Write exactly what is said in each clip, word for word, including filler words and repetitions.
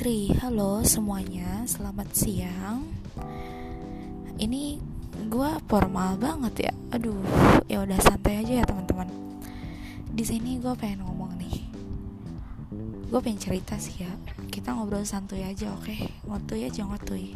Mari, halo semuanya, selamat siang. Ini gue formal banget ya. Aduh, ya udah santai aja ya teman-teman. Di sini gue pengen ngomong nih. Gue pengen cerita sih ya. Kita ngobrol santuy aja, oke? Okay? Ngotuy aja ngotuy.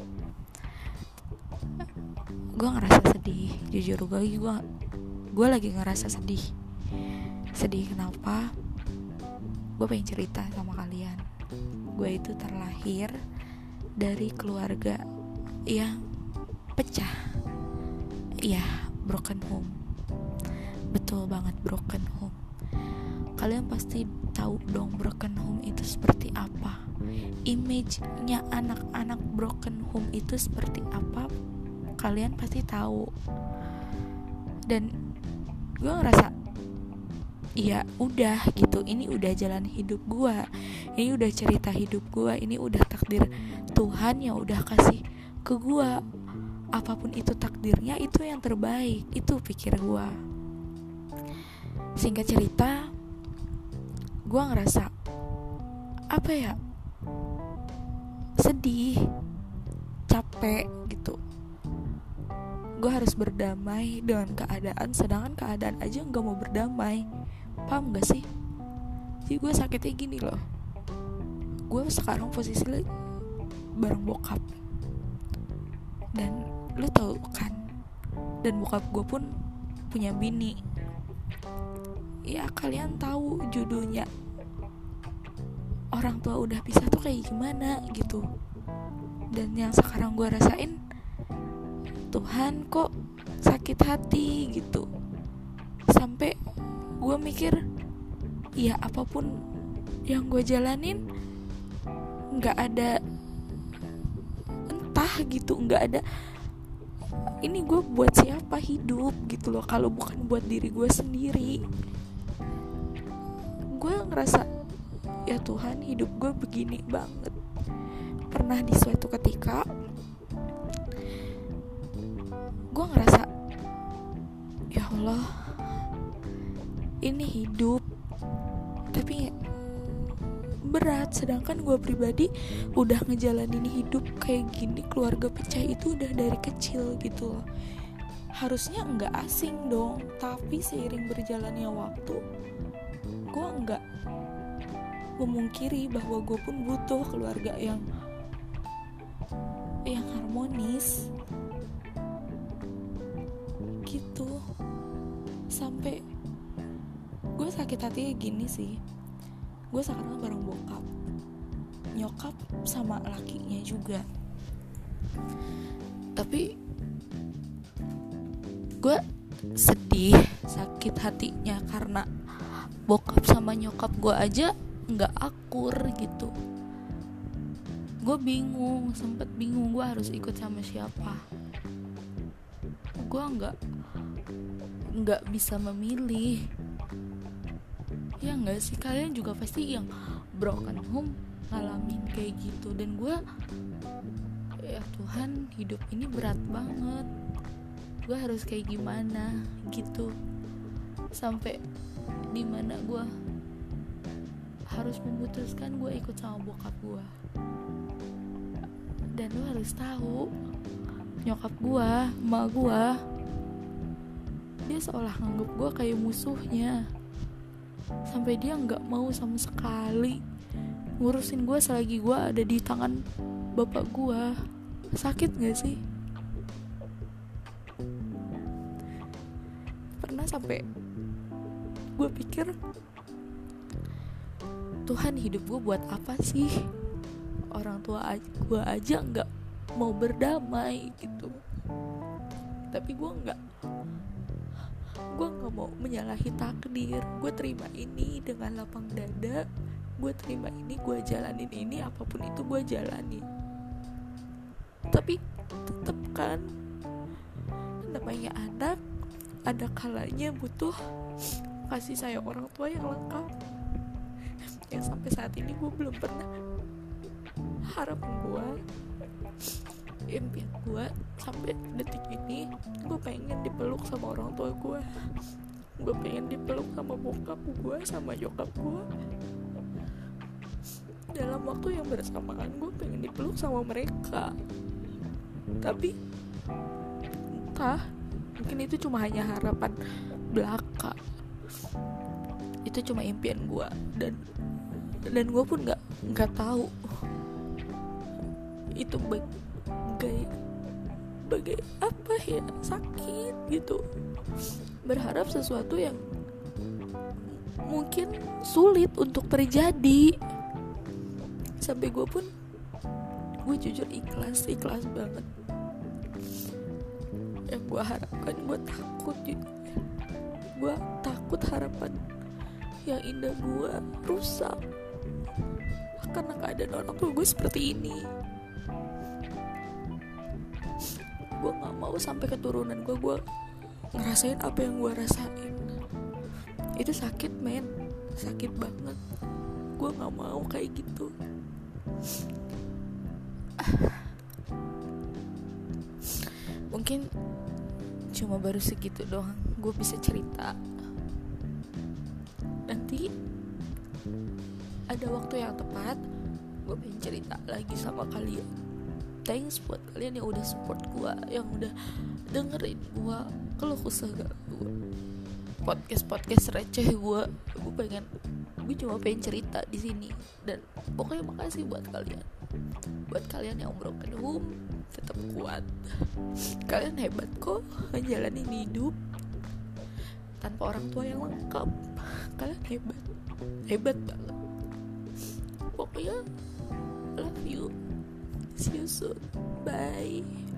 Gue ngerasa sedih, jujur gue gue gue lagi ngerasa sedih. Sedih kenapa? Gue pengen cerita sama kalian. Gue itu terlahir dari keluarga yang pecah. Iya, broken home. Betul banget, broken home. Kalian pasti tahu dong broken home itu seperti apa. Image-nya anak-anak broken home itu seperti apa. Kalian pasti tahu. Dan gue ngerasa ya udah gitu, ini udah jalan hidup gue, ini udah cerita hidup gue, ini udah takdir Tuhan yang udah kasih ke gue. Apapun itu takdirnya, itu yang terbaik, itu pikir gue. Singkat cerita, gue ngerasa apa ya, sedih, capek gitu. Gue harus berdamai dengan keadaan, sedangkan keadaan aja gak mau berdamai. Paham gak sih? Jadi gue sakitnya gini loh. Gue sekarang posisi bareng bokap. Dan lu tahu kan, dan bokap gue pun punya bini. Ya kalian tahu judulnya orang tua udah pisah tuh kayak gimana gitu. Dan yang sekarang gue rasain, Tuhan kok sakit hati gitu. Sampai gue mikir, ya apapun yang gue jalanin gak ada entah gitu, gak ada ini gue buat siapa hidup gitu loh, kalau bukan buat diri gue sendiri. Gue ngerasa, ya Tuhan, hidup gue begini banget. Pernah di suatu ketika gue ngerasa, ya Allah, ini hidup tapi berat. Sedangkan gue pribadi udah ngejalanin hidup kayak gini, keluarga pecah itu udah dari kecil gitu loh. Harusnya gak asing dong. Tapi seiring berjalannya waktu, gue gak memungkiri bahwa gue pun butuh keluarga yang yang harmonis gitu. Sampai gue sakit hatinya gini sih, gue sekarang bareng bokap, nyokap sama lakinya juga. Tapi gue sedih, sakit hatinya karena bokap sama nyokap gue aja gak akur gitu. Gue bingung, sempet bingung gue harus ikut sama siapa. Gue gak gak bisa memilih. Ya gak sih, kalian juga pasti yang broken home ngalamin kayak gitu. Dan gue, ya Tuhan, hidup ini berat banget, gue harus kayak gimana gitu. Sampai dimana gue harus memutuskan gue ikut sama bokap gue. Dan lo harus tahu, nyokap gue, emak gue, dia seolah nganggep gue kayak musuhnya. Sampai dia gak mau sama sekali ngurusin gue selagi gue ada di tangan bapak gue. Sakit gak sih? Pernah sampai gue pikir, Tuhan, hidup gue buat apa sih? Orang tua gue aja gak mau berdamai gitu. Tapi gue gak gue gak mau menyalahi takdir. Gue terima ini dengan lapang dada. Gue terima ini, gue jalanin ini, apapun itu gue jalanin. Tapi tetep kan, namanya anak, ada kalanya butuh kasih sayang orang tua yang lengkap. Yang sampai saat ini gue belum pernah. Harapan gue, impian gue sampai detik ini, gue pengen dipeluk sama orang tua gue. Gue pengen dipeluk sama bokap gue, sama nyokap gue. dalam waktu yang bersamaan gue pengen dipeluk sama mereka. Tapi entah, mungkin itu cuma hanya harapan belaka, itu cuma impian gue, dan dan gue pun nggak nggak tahu itu bagai bagai apa ya, sakit gitu, berharap sesuatu yang mungkin sulit untuk terjadi. Sampai gue pun, gue jujur ikhlas ikhlas banget. Yang gue harapkan, gue takut gitu, gue takut harapan yang indah gue rusak karena keadaan orang tua gue seperti ini. Gue gak mau sampai keturunan gue gue ngerasain apa yang gue rasain. Itu sakit men, sakit banget. Gue gak mau kayak gitu. Mungkin cuma baru segitu doang gue bisa cerita. Nanti ada waktu yang tepat gue pengen cerita lagi sama kalian. Thanks buat kalian yang udah support gue, yang udah dengerin gue keluh kesah gue, podcast podcast receh gue. Gue pengen, gue cuma pengen cerita di sini. Dan pokoknya makasih buat kalian, buat kalian yang broken home tetap kuat. Kalian hebat kok menjalani hidup tanpa orang tua yang lengkap. Kalian hebat, hebat banget. Pokoknya love you. See you soon. Bye.